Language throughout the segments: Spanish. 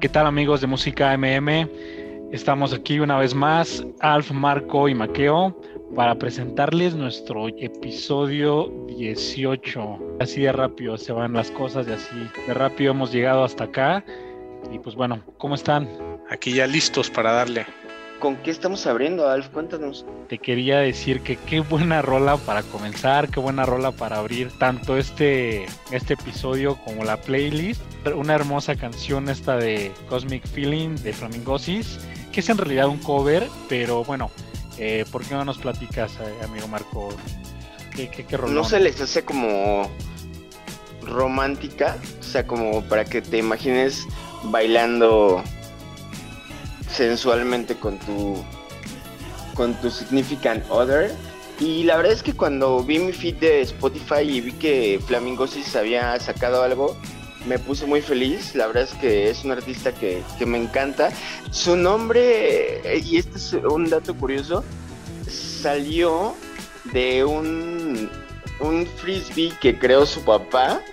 ¿Qué tal, amigos de Música MM? Estamos aquí una vez más, Alf, Marco y Maqueo, para presentarles nuestro episodio 18. Así de rápido se van las cosas y así de rápido hemos llegado hasta acá. Y pues bueno, ¿cómo están? Aquí ya listos para darle. ¿Con qué estamos abriendo, Alf? Cuéntanos. Te quería decir que qué buena rola para comenzar, qué buena rola para abrir tanto este episodio como la playlist. Una hermosa canción esta de Cosmic Feeling de Flamingosis, que es en realidad un cover, pero bueno, ¿por qué no nos platicas, amigo Marco? ¿Qué rolón? ¿No se les hace como romántica? O sea, como para que te imagines bailando sensualmente con tu significant other. Y la verdad es que cuando vi mi feed de Spotify y vi que Flamingosis había sacado algo, me puse muy feliz. La verdad es que es un artista que me encanta. Su nombre, y este es un dato curioso, salió de un frisbee que creó su papá.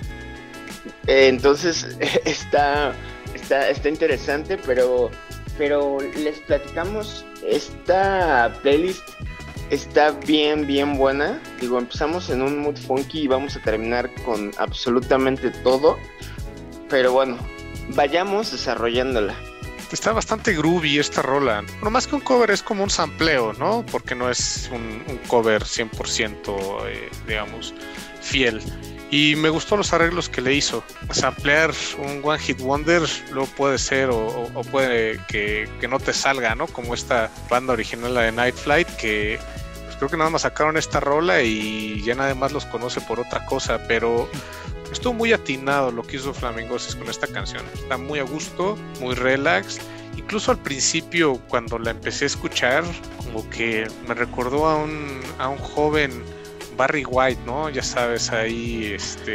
Entonces está interesante, pero les platicamos, esta playlist está bien buena. Digo, empezamos en un mood funky y vamos a terminar con absolutamente todo. Pero bueno, vayamos desarrollándola. Está bastante groovy esta rola. No más que un cover, es como un sampleo, ¿no? Porque no es un cover 100%, digamos, fiel. Y me gustó los arreglos que le hizo. Samplear un One Hit Wonder luego puede ser o puede que no te salga, ¿no? Como esta banda original, la de Night Flight, que pues creo que nada más sacaron esta rola y ya nadie más los conoce por otra cosa, pero estuvo muy atinado lo que hizo Flamingosis con esta canción. Está muy a gusto, muy relax. Incluso al principio, cuando la empecé a escuchar, como que me recordó a un joven Barry White, ¿no? Ya sabes, ahí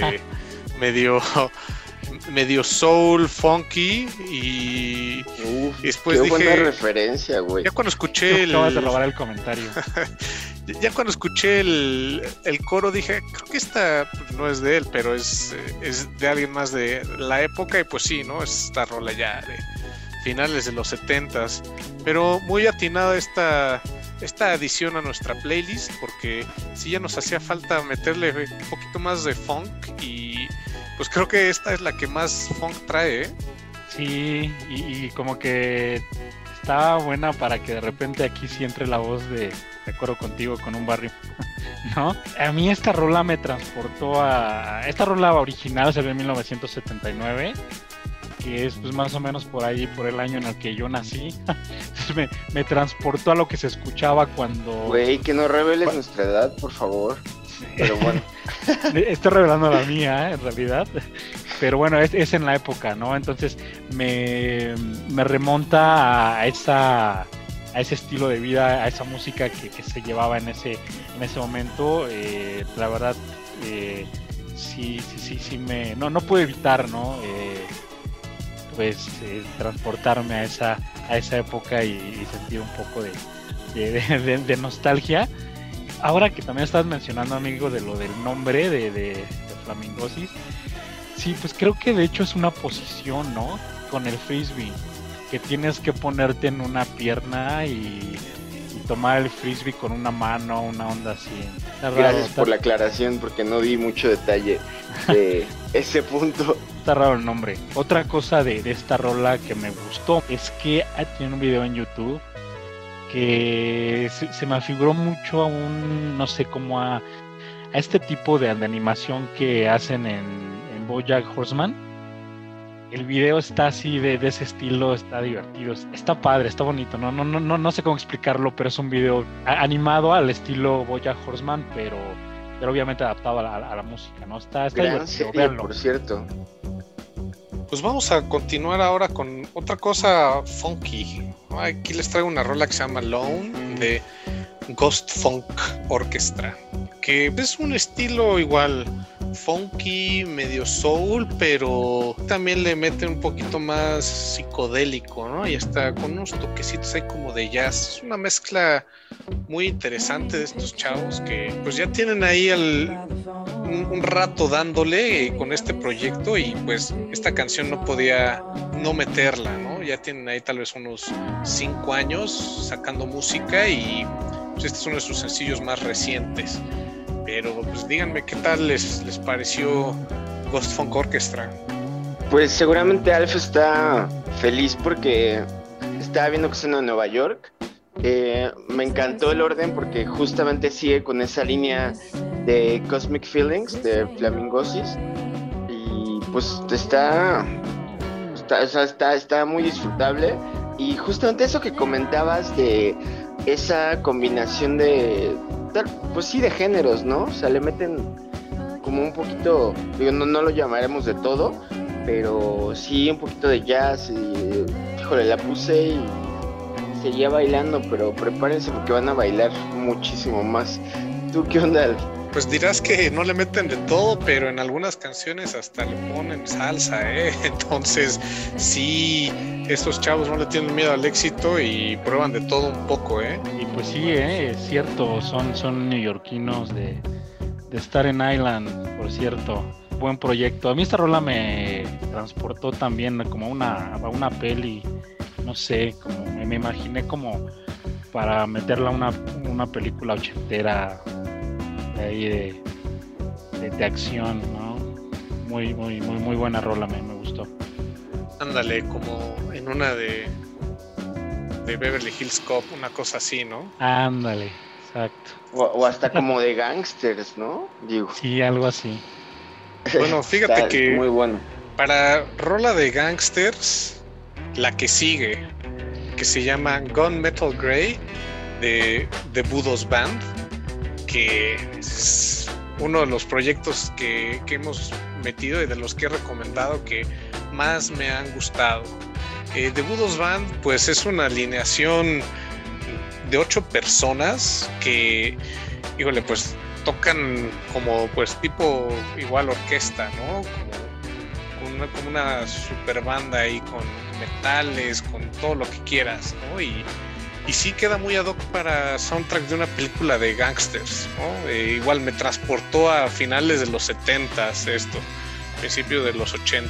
medio soul, funky y después qué dije... buena referencia, güey. Ya cuando escuché Acabas de robar el comentario. Ya cuando escuché el coro dije, creo que esta no es de él, pero es de alguien más de la época y pues sí, ¿no? Es esta rola ya de finales de los 70s, pero muy atinada esta adición a nuestra playlist, porque sí ya nos hacía falta meterle un poquito más de funk y pues creo que esta es la que más funk trae, ¿eh? Sí, y como que está buena para que de repente aquí sí entre la voz de acuerdo contigo con un barrio, ¿no? A mí esta rola me transportó a... Esta rola original salió en 1979, que es pues más o menos por ahí, por el año en el que yo nací. Entonces me transportó a lo que se escuchaba cuando... Güey, que no reveles nuestra edad, por favor. Pero bueno. Estoy revelando la mía, en realidad. Pero bueno, es en la época, ¿no? Entonces me remonta a ese estilo de vida, a esa música que se llevaba en ese momento. La verdad, sí no puedo evitar, ¿no? Transportarme a esa época y sentir un poco de nostalgia. Ahora que también estás mencionando, amigo, de lo del nombre de Flamingosis, sí, pues creo que de hecho es una posición, ¿no? Con el frisbee, que tienes que ponerte en una pierna y tomar el frisbee con una mano, una onda así. Gracias por la aclaración, porque no di mucho detalle de ese punto. Está raro el nombre. Otra cosa de esta rola que me gustó es que tiene un video en YouTube que se me afiguró mucho a no sé, como a este tipo de animación que hacen en BoJack Horseman. El video está así de ese estilo, está divertido, está padre, está bonito, no sé cómo explicarlo, pero es un video animado al estilo BoJack Horseman, pero obviamente adaptado a la música, ¿no? Está gran divertido, serie, véanlo. por cierto. Pues vamos a continuar ahora con otra cosa funky. Aquí les traigo una rola que se llama Lone de Ghost Funk Orchestra, que es un estilo igual funky, medio soul, pero también le mete un poquito más psicodélico, ¿no? Y hasta con unos toquecitos ahí como de jazz. Es una mezcla muy interesante de estos chavos que pues ya tienen ahí un rato dándole con este proyecto y pues esta canción no podía no meterla, ¿no? Ya tienen ahí tal vez unos 5 años sacando música y pues este es uno de sus sencillos más recientes. Pero pues díganme qué tal les pareció Ghost Funk Orchestra. Pues seguramente Alf está feliz porque estaba viendo que están en Nueva York. Me encantó el orden porque justamente sigue con esa línea de Cosmic Feelings de Flamingosis y pues está muy disfrutable. Y justamente eso que comentabas de esa combinación de, pues sí, de géneros, ¿no? O sea, le meten como un poquito, digo, no lo llamaremos de todo, pero sí un poquito de jazz y, híjole, la puse y seguía bailando, pero prepárense porque van a bailar muchísimo más. ¿Tú qué onda, Alf? Pues dirás que no le meten de todo, pero en algunas canciones hasta le ponen salsa, ¿eh? Entonces, sí, estos chavos no le tienen miedo al éxito y prueban de todo un poco, ¿eh? Y pues sí, es cierto, son neoyorquinos de Staten Island, por cierto. Buen proyecto. A mí esta rola me transportó también como a una peli, no sé, como me imaginé como para meterla a una película ochentera de ahí de acción, ¿no? Muy buena rola, me gustó. Ándale, como en una de Beverly Hills Cop, una cosa así, ¿no? Ándale, exacto. O hasta como de gangsters, ¿no? Digo. Sí, algo así. Bueno, fíjate que muy bueno. Para rola de gangsters, la que sigue, que se llama Gunmetal Grey de Budos Band, que es uno de los proyectos que hemos metido y de los que he recomendado que más me han gustado. The Budos Band pues es una alineación de 8 personas que, híjole, pues tocan como pues tipo igual orquesta, ¿no? Como una super banda ahí con metales, con todo lo que quieras, ¿no? Y sí queda muy ad hoc para soundtrack de una película de gangsters, ¿no? Igual me transportó a finales de los 70s esto, principios de los 80s.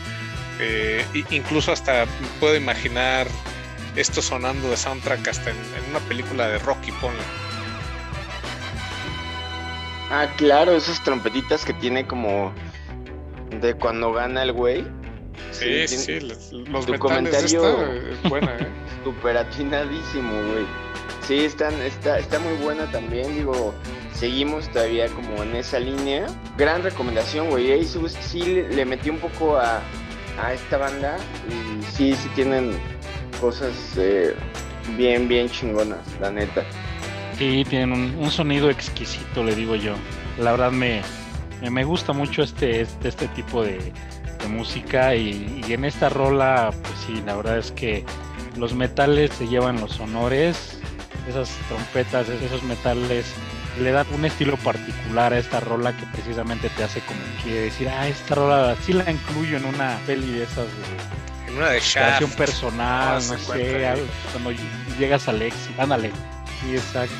Incluso hasta puedo imaginar esto sonando de soundtrack hasta en una película de Rocky, ponle. Ah, claro, esas trompetitas que tiene como de cuando gana el güey. Sí, los tu metales comentario de esta es buena, ¿eh? Súper atinadísimo, güey. Sí, está muy buena también, digo, seguimos todavía como en esa línea. Gran recomendación, güey, sí le metí un poco a esta banda y sí tienen cosas bien chingonas, la neta. Sí, tienen un sonido exquisito, le digo yo. La verdad me gusta mucho este tipo de música y en esta rola, pues sí, la verdad es que los metales se llevan los honores, esas trompetas, esos metales le dan un estilo particular a esta rola que precisamente te hace como que decir, esta rola sí la incluyo en una peli de esas en una de Shaft, personal, no sé, cuando llegas al éxito, ándale. Sí, exacto.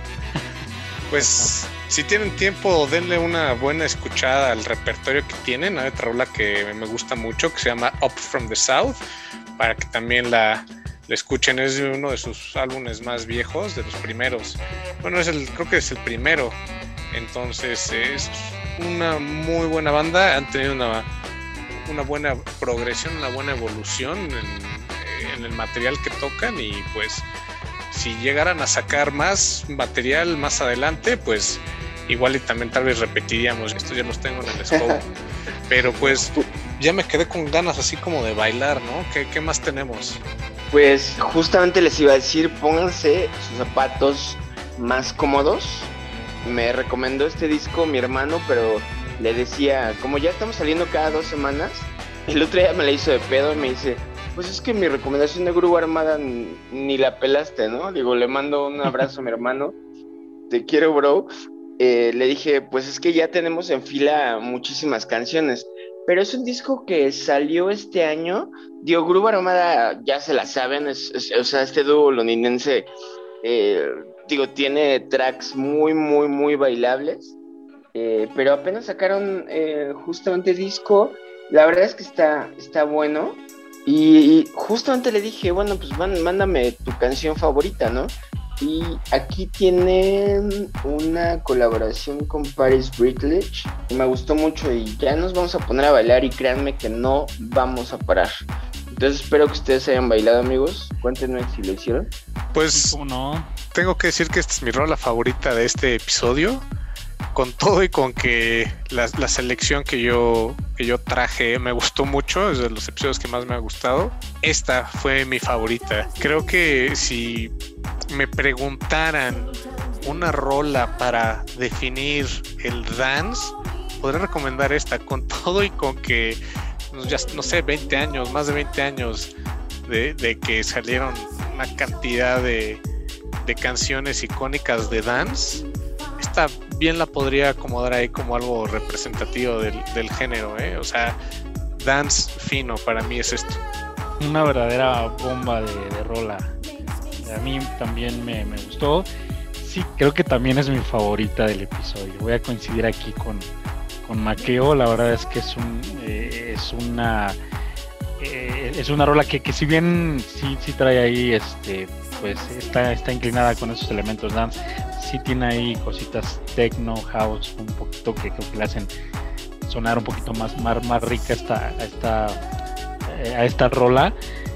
Pues si tienen tiempo, denle una buena escuchada al repertorio que tienen. Hay otra rola que me gusta mucho que se llama Up From The South, para que también la escuchen. Es de uno de sus álbumes más viejos, de los primeros. Bueno, creo que es el primero. Entonces es una muy buena banda. Han tenido una buena progresión, una buena evolución en el material que tocan y pues si llegaran a sacar más material más adelante, pues igual y también tal vez repetiríamos. Estos ya los tengo en el scope. Pero pues ya me quedé con ganas así como de bailar, ¿no? ¿Qué más tenemos? Pues justamente les iba a decir, pónganse sus zapatos más cómodos. Me recomendó este disco mi hermano, pero le decía, como ya estamos saliendo cada 2 semanas, el otro día me la hizo de pedo y me dice, pues es que mi recomendación de Grupo Armada ni la pelaste, ¿no? Digo, le mando un abrazo a mi hermano, te quiero, bro. Le dije, pues es que ya tenemos en fila muchísimas canciones, pero es un disco que salió este año. Digo, Grupo Armada ya se la saben, o sea, este dúo londinense, digo, tiene tracks muy bailables. pero apenas sacaron justamente disco. La verdad es que está bueno. Y justamente le dije, bueno, pues mándame tu canción favorita, ¿no? Y aquí tienen una colaboración con Paris Brickledge. Me gustó mucho y ya nos vamos a poner a bailar y créanme que no vamos a parar. Entonces espero que ustedes hayan bailado, amigos. Cuéntenme si lo hicieron. Pues no. Tengo que decir que esta es mi rola favorita de este episodio. Con todo y con que la selección que yo traje me gustó mucho, es de los episodios que más me ha gustado. Esta fue mi favorita. Creo que si me preguntaran una rola para definir el dance, podría recomendar esta, con todo y con que ya no sé, 20 años, más de 20 años de que salieron una cantidad de canciones icónicas de dance. Esta bien la podría acomodar ahí como algo representativo del género, o sea, dance fino para mí es esto. Una verdadera bomba de rola. A mí también me gustó. Sí, creo que también es mi favorita del episodio. Voy a coincidir aquí con Makeo. La verdad es que es una rola que si bien sí trae ahí pues está inclinada con esos elementos dance, sí tiene ahí cositas techno, house, un poquito que creo que le hacen sonar un poquito más rica a esta rola.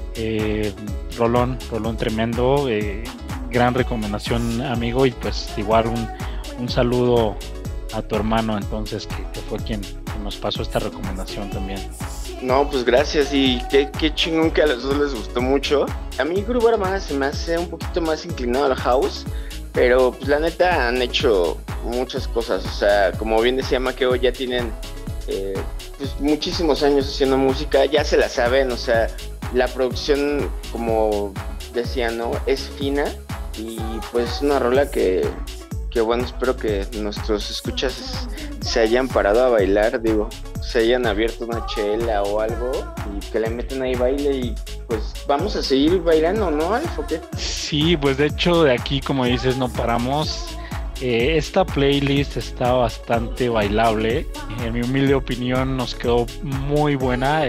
Rolón tremendo, gran recomendación, amigo, y pues igual un saludo a tu hermano entonces que fue quien nos pasó esta recomendación también. No, pues gracias, y qué chingón que a los dos les gustó mucho. A mí Grupo Armada se me hace un poquito más inclinado al house, pero pues la neta han hecho muchas cosas, o sea, como bien decía Makeo, ya tienen pues muchísimos años haciendo música, ya se la saben, o sea, la producción, como decía, ¿no? Es fina, y pues una rola que bueno, espero que nuestros escuchas se hayan parado a bailar, digo, se hayan abierto una chela o algo y que le meten ahí baile, y pues vamos a seguir bailando, ¿no, Alf, o qué? Sí, pues de hecho de aquí, como dices, no paramos. Esta playlist está bastante bailable, en mi humilde opinión nos quedó muy buena,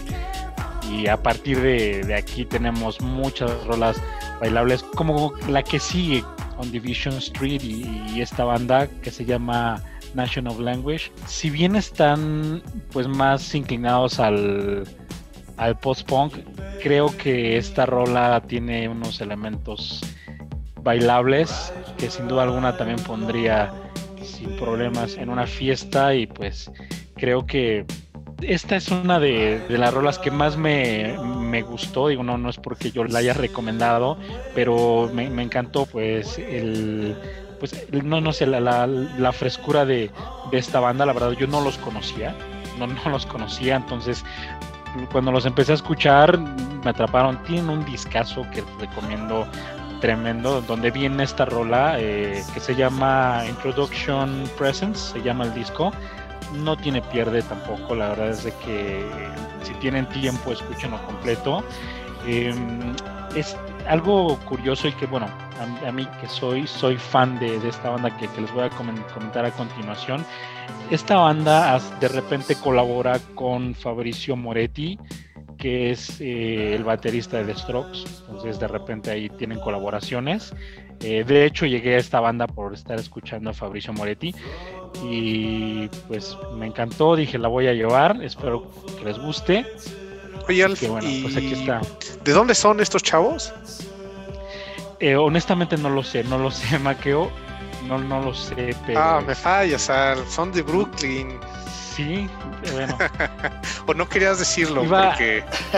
y a partir de aquí tenemos muchas rolas bailables como la que sigue, On Division Street, y esta banda que se llama Nation of Language. Si bien están pues más inclinados al post-punk, creo que esta rola tiene unos elementos bailables que sin duda alguna también pondría sin problemas en una fiesta, y pues creo que esta es una de las rolas que más me gustó. Digo, no es porque yo la haya recomendado, pero me encantó pues no sé, la frescura de esta banda. La verdad yo no los conocía, entonces cuando los empecé a escuchar me atraparon. Tienen un discazo que recomiendo tremendo, donde viene esta rola que se llama Introduction Presence, se llama el disco. No tiene pierde tampoco, la verdad es de que si tienen tiempo escúchenlo completo. Es algo curioso, y que bueno, a mí que soy fan de esta banda que les voy a comentar a continuación. Esta banda de repente colabora con Fabrizio Moretti, que es el baterista de The Strokes, entonces de repente ahí tienen colaboraciones. De hecho llegué a esta banda por estar escuchando a Fabrizio Moretti, y pues me encantó, dije la voy a llevar, espero que les guste. Oye, Alf, bueno, pues aquí está. ¿De dónde son estos chavos? Honestamente no lo sé, Makeo, no lo sé, pero... me fallas, Alf, son de Brooklyn. Sí, bueno. O no querías decirlo porque...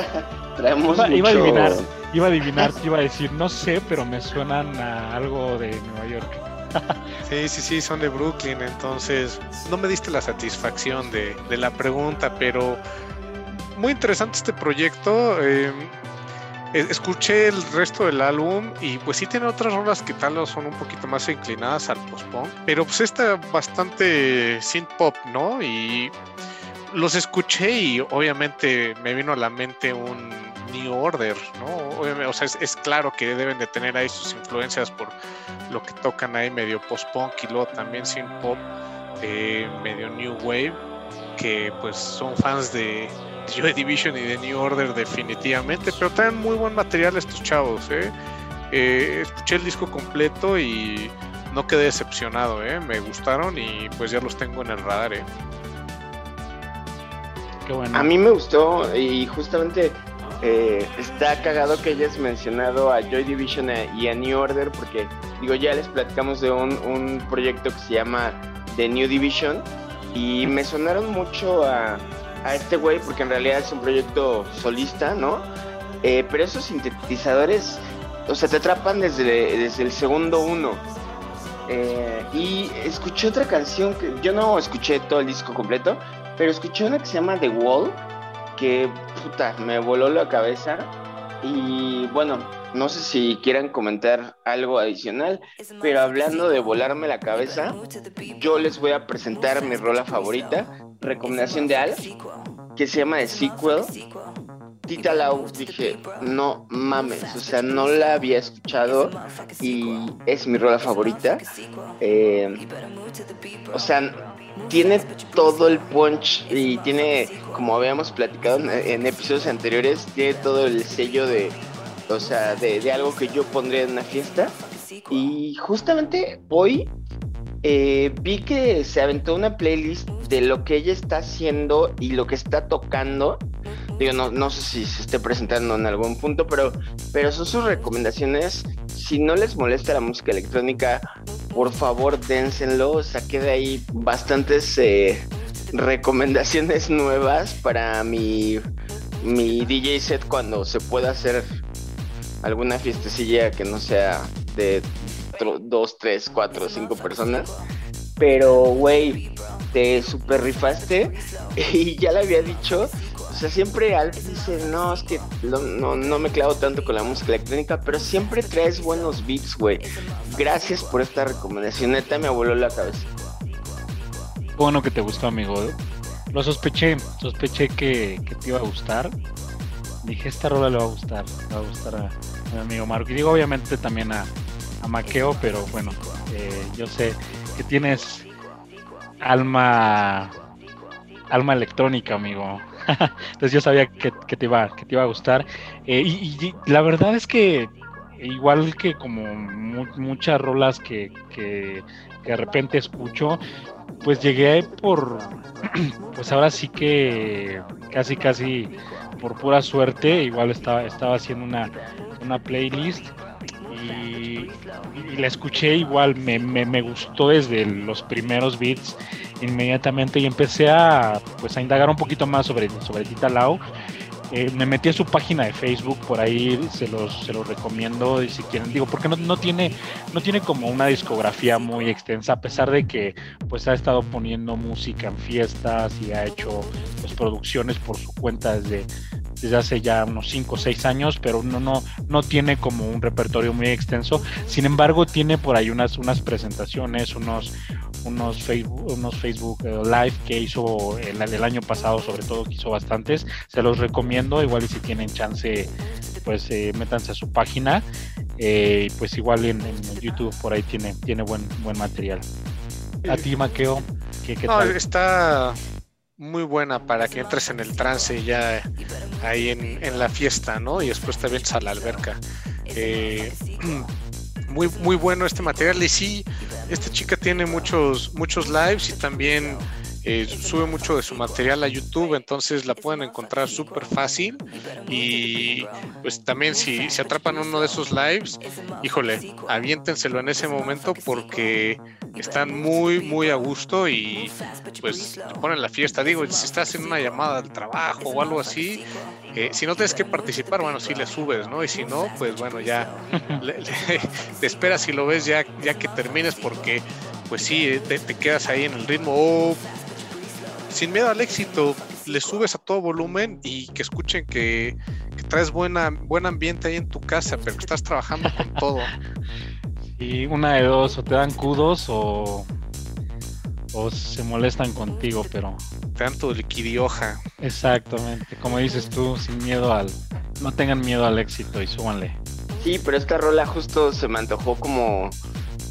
Iba a adivinar, te iba a decir, no sé, pero me suenan a algo de Nueva York. Sí, son de Brooklyn, entonces no me diste la satisfacción de la pregunta, pero muy interesante este proyecto. Escuché el resto del álbum y pues sí tiene otras rolas que tal vez son un poquito más inclinadas al post-punk, pero pues esta bastante synth pop, ¿no? Y los escuché y obviamente me vino a la mente un New Order, ¿no? Obviamente, o sea, es claro que deben de tener ahí sus influencias por lo que tocan ahí medio post-punk y luego también synth pop, medio New Wave, que pues son fans de Joy Division y de New Order definitivamente, pero traen muy buen material estos chavos. Escuché el disco completo y no quedé decepcionado, me gustaron y pues ya los tengo en el radar. Qué bueno. A mí me gustó y justamente está cagado que hayas mencionado a Joy Division y a New Order, porque digo, ya les platicamos de un proyecto que se llama The New Division y me sonaron mucho a este güey, porque en realidad es un proyecto solista, ¿no? Pero esos sintetizadores, o sea, te atrapan desde el segundo uno. Y escuché otra canción que yo no escuché todo el disco completo, pero escuché una que se llama The Wall, que puta, me voló la cabeza. Y bueno, no sé si quieran comentar algo adicional, pero hablando de volarme la cabeza, yo les voy a presentar mi rola favorita, recomendación de Al, que se llama The Sequel. Tita Lau, dije, no mames, o sea, no la había escuchado y es mi rola favorita. O sea, tiene todo el punch y tiene, como habíamos platicado en episodios anteriores, tiene todo el sello de algo que yo pondría en una fiesta. Y justamente hoy vi que se aventó una playlist de lo que ella está haciendo y lo que está tocando. Digo, no sé si se esté presentando en algún punto, pero son sus recomendaciones. Si no les molesta la música electrónica, por favor, dénsenlo. O sea, queda ahí bastantes recomendaciones nuevas para mi DJ set cuando se pueda hacer alguna fiestecilla que no sea de 2, 3, 4, 5 personas. Pero, güey, te super rifaste y ya le había dicho. O sea, siempre alguien dice, no, es que no me clavo tanto con la música electrónica, pero siempre traes buenos beats, güey. Gracias por esta recomendación, neta me voló la cabeza. Bueno que te gustó, amigo. Lo sospeché que te iba a gustar. Dije, esta rola le va a gustar a mi amigo Marco. Y digo, obviamente también a Maqueo, pero bueno, yo sé que tienes alma electrónica, amigo. Entonces yo sabía que te iba a gustar. Y la verdad es que igual que como muchas rolas que de repente escucho, pues llegué pues ahora sí que casi por pura suerte. Igual estaba haciendo una playlist y la escuché, igual me gustó desde los primeros beats inmediatamente y empecé a indagar un poquito más sobre Tita Lau. Me metí a su página de Facebook, por ahí se los recomiendo, y si quieren, digo, porque no tiene como una discografía muy extensa, a pesar de que pues ha estado poniendo música en fiestas y ha hecho pues producciones por su cuenta desde hace ya unos 5 o 6 años, pero no tiene como un repertorio muy extenso. Sin embargo, tiene por ahí unas presentaciones, unos Facebook Live que hizo el año pasado, sobre todo, que hizo bastantes. Se los recomiendo, igual, y si tienen chance, pues métanse a su página. Pues igual en YouTube por ahí tiene buen material. A ti, Maqueo, ¿qué tal? Está muy buena para que entres en el trance ya ahí en la fiesta, ¿no? Y después te vienes a la alberca. Muy bueno este material. Y sí, esta chica tiene muchos lives y también sube mucho de su material a YouTube, entonces la pueden encontrar súper fácil. Y pues también si se atrapan uno de esos lives, híjole, aviéntenselo en ese momento porque están muy a gusto y pues te ponen la fiesta. Digo, si estás en una llamada del trabajo o algo así, si no tienes que participar, bueno, sí le subes, ¿no? Y si no, pues bueno, ya te esperas y lo ves ya que termines, porque pues sí, te quedas ahí en el ritmo. O sin miedo al éxito, le subes a todo volumen y que escuchen que traes buen ambiente ahí en tu casa, pero que estás trabajando con todo. Y una de dos, o te dan kudos o se molestan contigo, pero te dan tu liquidioja. Exactamente, como dices tú, sin miedo no tengan miedo al éxito y súbanle. Sí, pero esta rola justo se me antojó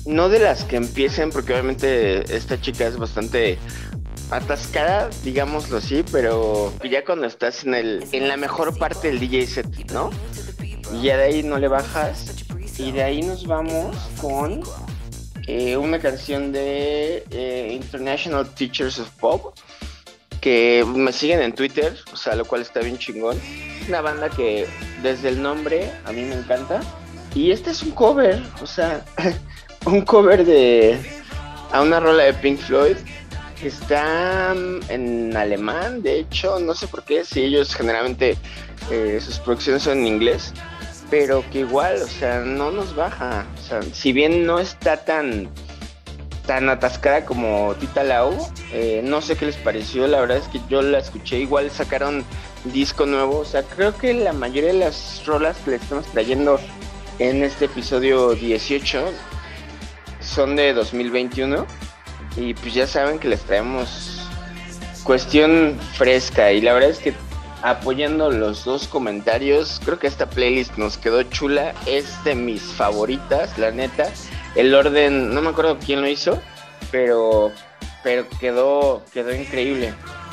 no de las que empiecen, porque obviamente esta chica es bastante atascada, digámoslo así, pero ya cuando estás en la mejor parte del DJ set, ¿no? Y ya de ahí no le bajas, y de ahí nos vamos con una canción de International Teachers of Pop, que me siguen en Twitter, o sea, lo cual está bien chingón. Es una banda que desde el nombre a mí me encanta, y este es un cover, o sea, un cover a una rola de Pink Floyd que está en alemán, de hecho, no sé por qué, si ellos generalmente sus producciones son en inglés, pero que igual, o sea, no nos baja, o sea, si bien no está tan atascada como Tita Lau, no sé qué les pareció, la verdad es que yo la escuché, igual sacaron disco nuevo, o sea, creo que la mayoría de las rolas que le estamos trayendo en este episodio 18 son de 2021, y pues ya saben que les traemos cuestión fresca, y la verdad es que apoyando los dos comentarios, creo que esta playlist nos quedó chula, es de mis favoritas, la neta. El orden, no me acuerdo quién lo hizo, pero quedó increíble.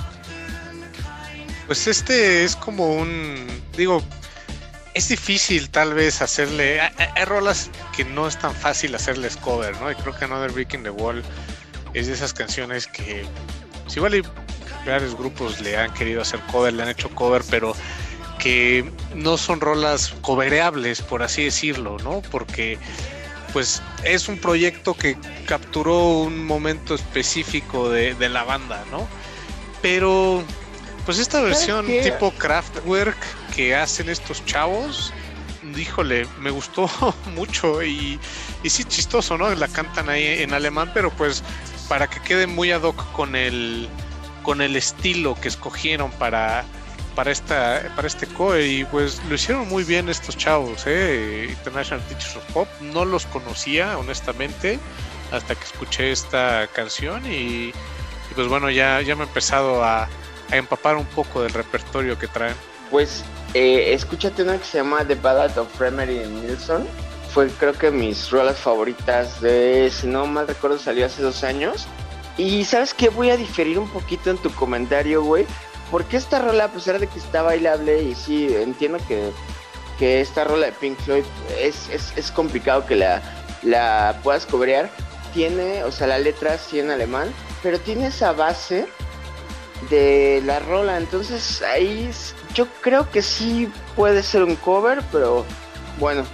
Pues este es como digo, es difícil tal vez hacerle, hay rolas que no es tan fácil hacerles cover, ¿no? Y creo que Another Brick in the Wall es de esas canciones que, pues igual y varios grupos le han querido hacer cover, le han hecho cover, pero que no son rolas covereables, por así decirlo, ¿no? Porque pues es un proyecto que capturó un momento específico de la banda, ¿no? Pero pues esta versión tipo Kraftwerk que hacen estos chavos, híjole, me gustó mucho y sí, chistoso, ¿no? La cantan ahí en alemán, pero pues para que quede muy ad hoc con el estilo que escogieron para este cover, y pues lo hicieron muy bien estos chavos, International Teachers of Pop. No los conocía honestamente hasta que escuché esta canción y pues bueno, ya me he empezado a empapar un poco del repertorio que traen. Pues escúchate una que se llama The Ballad of Remedy Nilsson. Fue creo que mis rolas favoritas si no mal recuerdo salió hace 2 años. Y ¿sabes qué? Voy a diferir un poquito en tu comentario, güey, porque esta rola, a pesar de que está bailable, y sí, entiendo que esta rola de Pink Floyd es complicado que la puedas cobrear, tiene, o sea, la letra sí en alemán, pero tiene esa base de la rola, entonces ahí yo creo que sí puede ser un cover, pero bueno,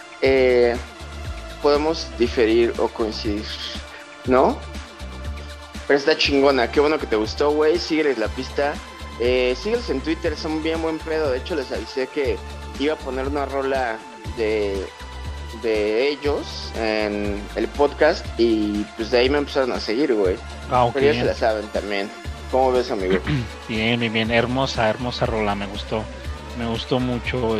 podemos diferir o coincidir, ¿no? Pero está chingona, qué bueno que te gustó, güey, sígueles la pista, sígueles en Twitter, son bien buen pedo, de hecho les avisé que iba a poner una rola de ellos en el podcast y pues de ahí me empezaron a seguir, güey. Okay. Pero ya se la saben también. ¿Cómo ves, amigo? Bien, hermosa rola, me gustó mucho,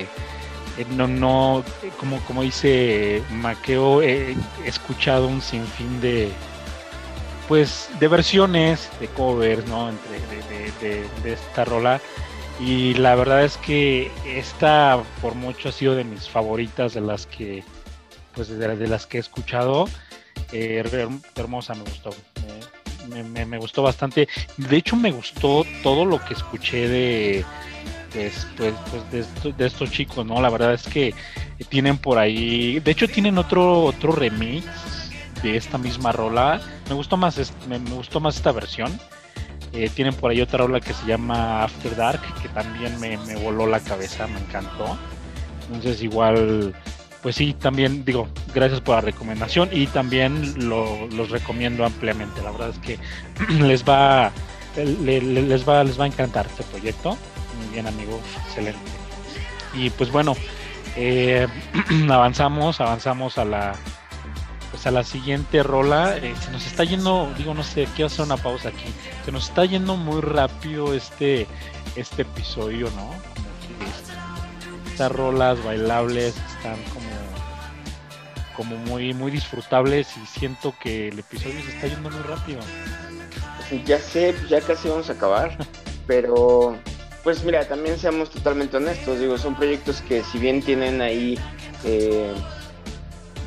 no, como dice Maqueo, he escuchado un sinfín de versiones, de covers, ¿no? De esta rola, y la verdad es que esta por mucho ha sido de mis favoritas, de las que he escuchado. Hermosa, me gustó. Me gustó bastante. De hecho, me gustó todo lo que escuché de estos chicos, ¿no? La verdad es que tienen por ahí, de hecho tienen otro remix de esta misma rola. Me gustó más esta versión. Tienen por ahí otra rola que se llama After Dark, que también me voló la cabeza, me encantó. Entonces igual, pues sí, también digo, gracias por la recomendación, y también los recomiendo ampliamente. La verdad es que les va a encantar este proyecto. Muy bien, amigo, excelente. Y pues bueno, avanzamos a la siguiente rola. Se nos está yendo, no sé, quiero hacer una pausa aquí. Se nos está yendo muy rápido este episodio, ¿no? Como que estas rolas bailables están como muy, muy disfrutables, y siento que el episodio se está yendo muy rápido. Ya sé, ya casi vamos a acabar, pero pues mira, también seamos totalmente honestos, digo, son proyectos que si bien tienen ahí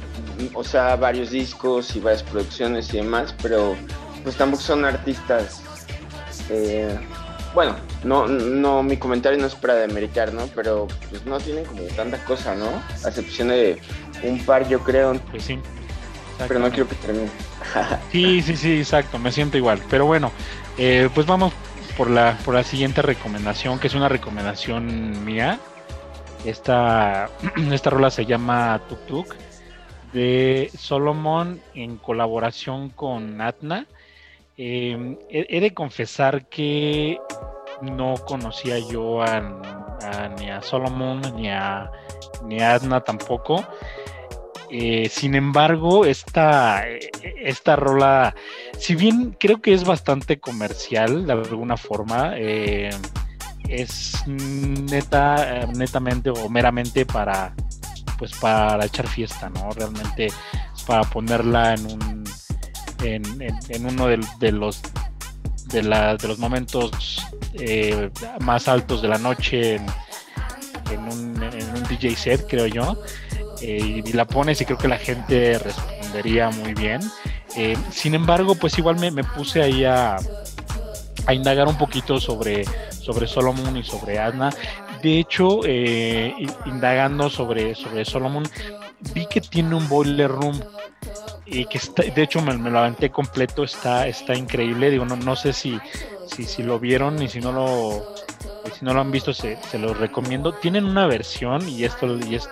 o sea, varios discos y varias producciones y demás, pero pues tampoco son artistas. Bueno, no, mi comentario no es para demeritar, ¿no? Pero pues no tienen como tanta cosa, ¿no? A excepción de un par, yo creo. Pues sí. Pero no quiero que termine. Sí, exacto, me siento igual. Pero bueno, pues vamos por la siguiente recomendación, que es una recomendación mía. Esta rola se llama Tuk Tuk, de Solomon en colaboración con Atna. He de confesar que no conocía yo ni a Solomon ni a Atna tampoco. Sin embargo, esta rola, si bien creo que es bastante comercial de alguna forma, es netamente o meramente para echar fiesta, ¿no? Realmente es para ponerla en uno de los momentos más altos de la noche en un DJ set, creo yo. Y la pones y creo que la gente respondería muy bien. Sin embargo, pues igual me puse ahí a indagar un poquito sobre Solomon y sobre Adna. De hecho, indagando sobre Solomon, vi que tiene un boiler room y que está, de hecho me lo aventé completo, está increíble. Digo, no sé si lo vieron, y si no lo han visto, se los recomiendo. Tienen una versión y esto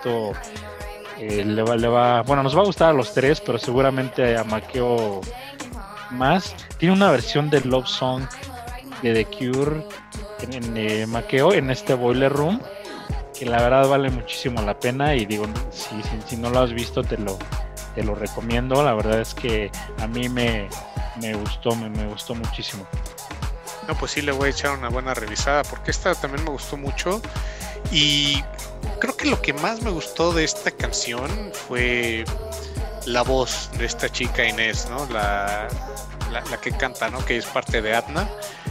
le va, bueno, nos va a gustar a los tres, pero seguramente a Makeo más. Tiene una versión de Love Song de The Cure en Makeo, en este Boiler Room, que la verdad vale muchísimo la pena. Y digo, si no lo has visto, te lo recomiendo. La verdad es que a mí me gustó muchísimo. No, pues sí, le voy a echar una buena revisada, porque esta también me gustó mucho. Y creo que lo que más me gustó de esta canción fue la voz de esta chica Inés, ¿no? La que canta, ¿no? Que es parte de Atna.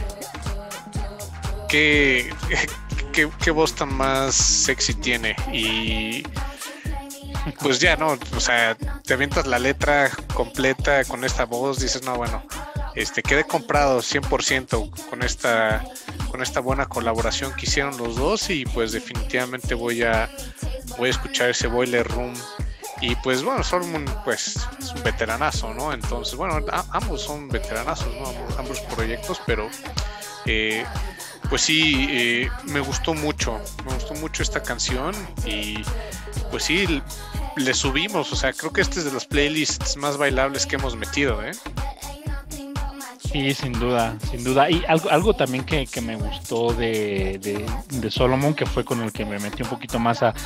¿Qué voz tan más sexy tiene? Y pues ya, ¿no? O sea, te avientas la letra completa con esta voz, dices, no, bueno, quedé comprado 100% con esta buena colaboración que hicieron los dos. Y pues definitivamente voy a escuchar ese Boiler Room. Y pues bueno, Solomon pues es un veteranazo, ¿no? Entonces, bueno, ambos son veteranazos, ¿no? Ambos proyectos, pero pues sí, me gustó mucho esta canción. Y pues sí, le subimos, o sea, creo que este es de las playlists más bailables que hemos metido, ¿eh? Sí, sin duda. Y algo también que me gustó de Solomon, que fue con el que me metí un poquito más a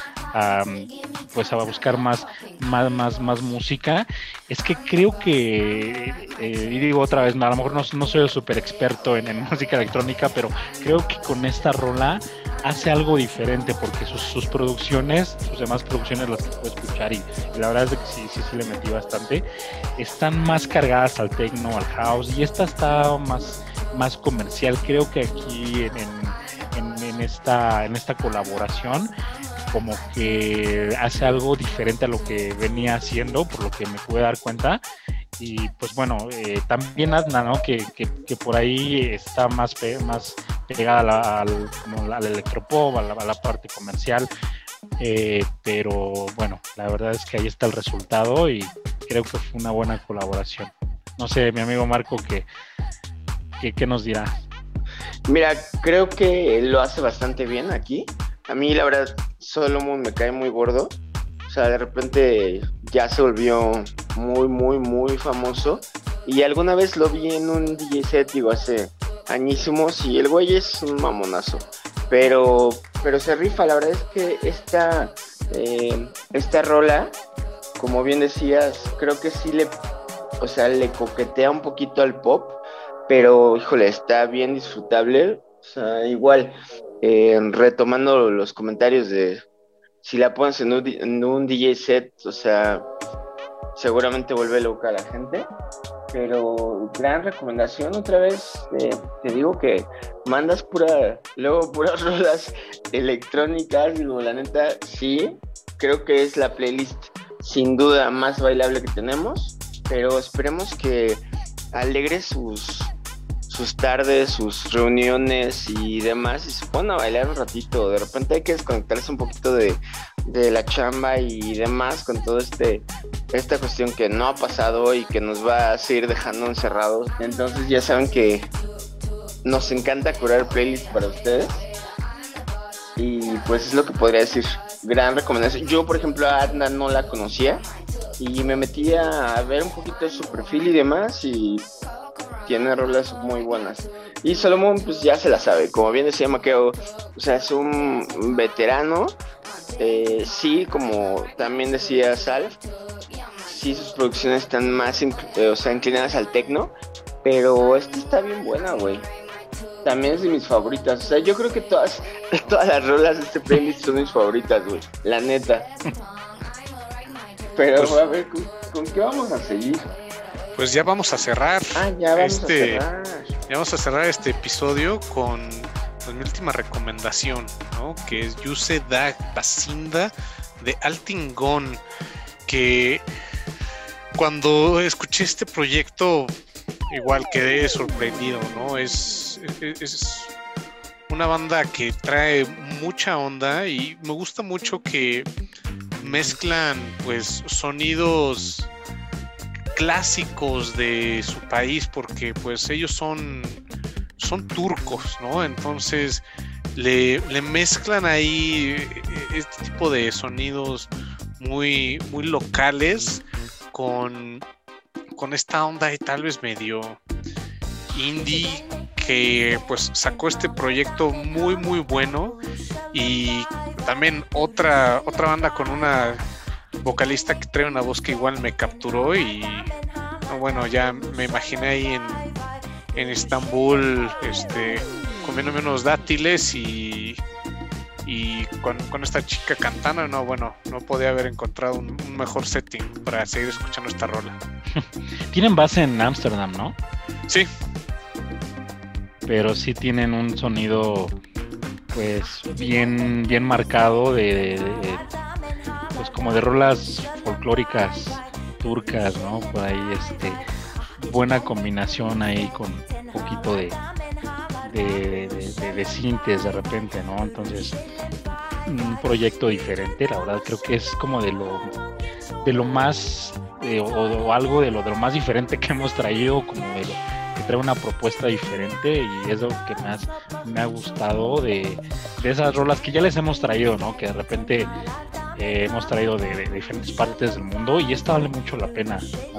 buscar más música, es que creo que, y digo otra vez, a lo mejor no soy súper experto en música electrónica, pero creo que con esta rola hace algo diferente, porque sus producciones, sus demás producciones, las que puedo escuchar, y la verdad es que sí le metí bastante, están más cargadas al techno, al house, y esta está más comercial. Creo que aquí en esta colaboración como que hace algo diferente a lo que venía haciendo, por lo que me pude dar cuenta. Y pues bueno, también Adna, ¿no? Que por ahí está más pegada al electropop, a la parte comercial, pero bueno, la verdad es que ahí está el resultado y creo que fue una buena colaboración. No sé, mi amigo Marco, ¿qué nos dirá? Mira, creo que lo hace bastante bien aquí. A mí la verdad Solomon me cae muy gordo. O sea, de repente ya se volvió muy famoso. Y alguna vez lo vi en un DJ set, digo, hace añísimos, y el güey es un mamonazo. Pero se rifa. La verdad es que esta rola, como bien decías, creo que sí le coquetea un poquito al pop, pero híjole, está bien disfrutable. O sea, igual, retomando los comentarios de si la pones en un DJ set, o sea, seguramente vuelve loca a la gente. Pero gran recomendación, otra vez, te digo que mandas puras rolas electrónicas. Digo, la neta, sí, creo que es la playlist sin duda más bailable que tenemos, pero esperemos que alegre sus tardes, sus reuniones y demás, y se ponen a bailar un ratito. De repente hay que desconectarse un poquito de la chamba y demás con todo esta cuestión que no ha pasado y que nos va a seguir dejando encerrados. Entonces ya saben que nos encanta curar playlists para ustedes, y pues es lo que podría decir. Gran recomendación. Yo, por ejemplo, a Adna no la conocía y me metí a ver un poquito de su perfil y demás, y tiene rolas muy buenas. Y Salomón, pues ya se la sabe, como bien decía Maqueo, o sea, es un veterano. Sí, como también decía Sal, sí, sus producciones están más inclinadas al techno, pero esta está bien buena, güey. También es de mis favoritas. O sea, yo creo que todas las rolas de este playlist son mis favoritas, güey, la neta. Pero pues, a ver, ¿con qué vamos a seguir? Pues ya vamos a cerrar. Ya vamos a cerrar este episodio con mi última recomendación, ¿no? Que es Yuse Da Basinda de Altingon, que cuando escuché este proyecto igual quedé sorprendido, ¿no? Es una banda que trae mucha onda y me gusta mucho que mezclan pues sonidos clásicos de su país, porque pues ellos son turcos, ¿no? Entonces le mezclan ahí este tipo de sonidos muy, muy locales con esta onda y tal vez medio indie, que pues sacó este proyecto muy muy bueno. Y también otra banda con una vocalista que trae una voz que igual me capturó, y bueno, ya me imaginé ahí en Estambul comiéndome unos dátiles y con esta chica cantando. No podía haber encontrado un mejor setting para seguir escuchando esta rola. Tienen base en Ámsterdam, ¿no? Sí. Pero sí tienen un sonido pues bien marcado de pues como de rolas folclóricas turcas, ¿no? Por ahí buena combinación ahí con un poquito de sintes de repente, ¿no? Entonces un proyecto diferente, la verdad creo que es como de lo más o algo de lo más diferente que hemos traído, como de lo que trae una propuesta diferente, y es lo que más me ha gustado de esas rolas que ya les hemos traído, ¿no? Que de repente hemos traído de diferentes partes del mundo, y esta vale mucho la pena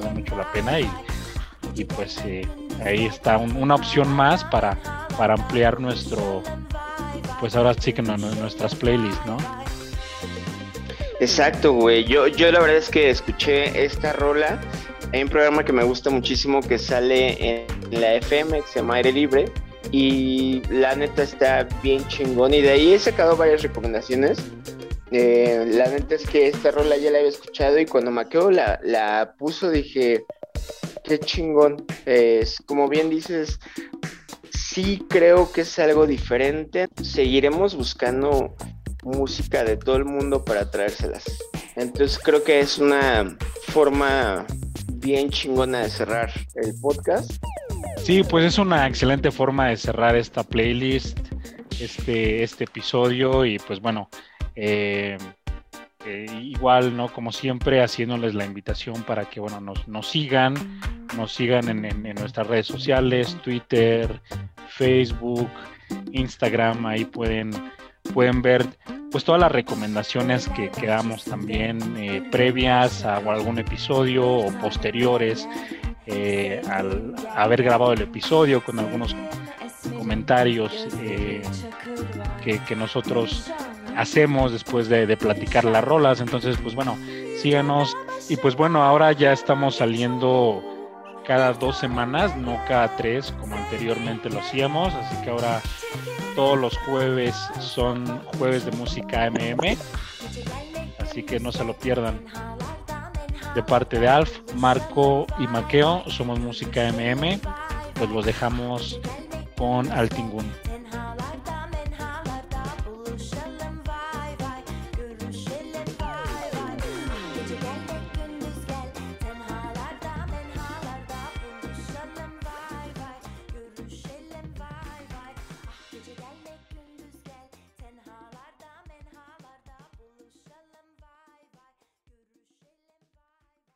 y pues ahí está una opción más para ampliar pues ahora sí que nuestras playlists, ¿no? Exacto, güey. Yo la verdad es que escuché esta rola. Hay un programa que me gusta muchísimo que sale en la FM, que se llama Aire Libre, y la neta está bien chingón, y de ahí he sacado varias recomendaciones. La neta es que esta rola ya la había escuchado, y cuando Maqueo la puso dije, qué chingón. Como bien dices, sí creo que es algo diferente. Seguiremos buscando música de todo el mundo para traérselas. Entonces creo que es una forma bien chingona de cerrar el podcast. Sí, pues es una excelente forma de cerrar esta playlist, este episodio, y pues bueno, igual, ¿no? Como siempre, haciéndoles la invitación para que, bueno, nos sigan en nuestras redes sociales, Twitter, Facebook, Instagram. Ahí pueden ver pues todas las recomendaciones que damos también, previas a algún episodio o posteriores al haber grabado el episodio, con algunos comentarios que nosotros hacemos después de platicar las rolas. Entonces pues bueno, síganos. Y pues bueno, ahora ya estamos saliendo cada 2 semanas, no cada 3 como anteriormente lo hacíamos, así que ahora todos los jueves son jueves de música MM, así que no se lo pierdan. De parte de Alf, Marco y Maqueo, somos Música MM, pues los dejamos con Altingun.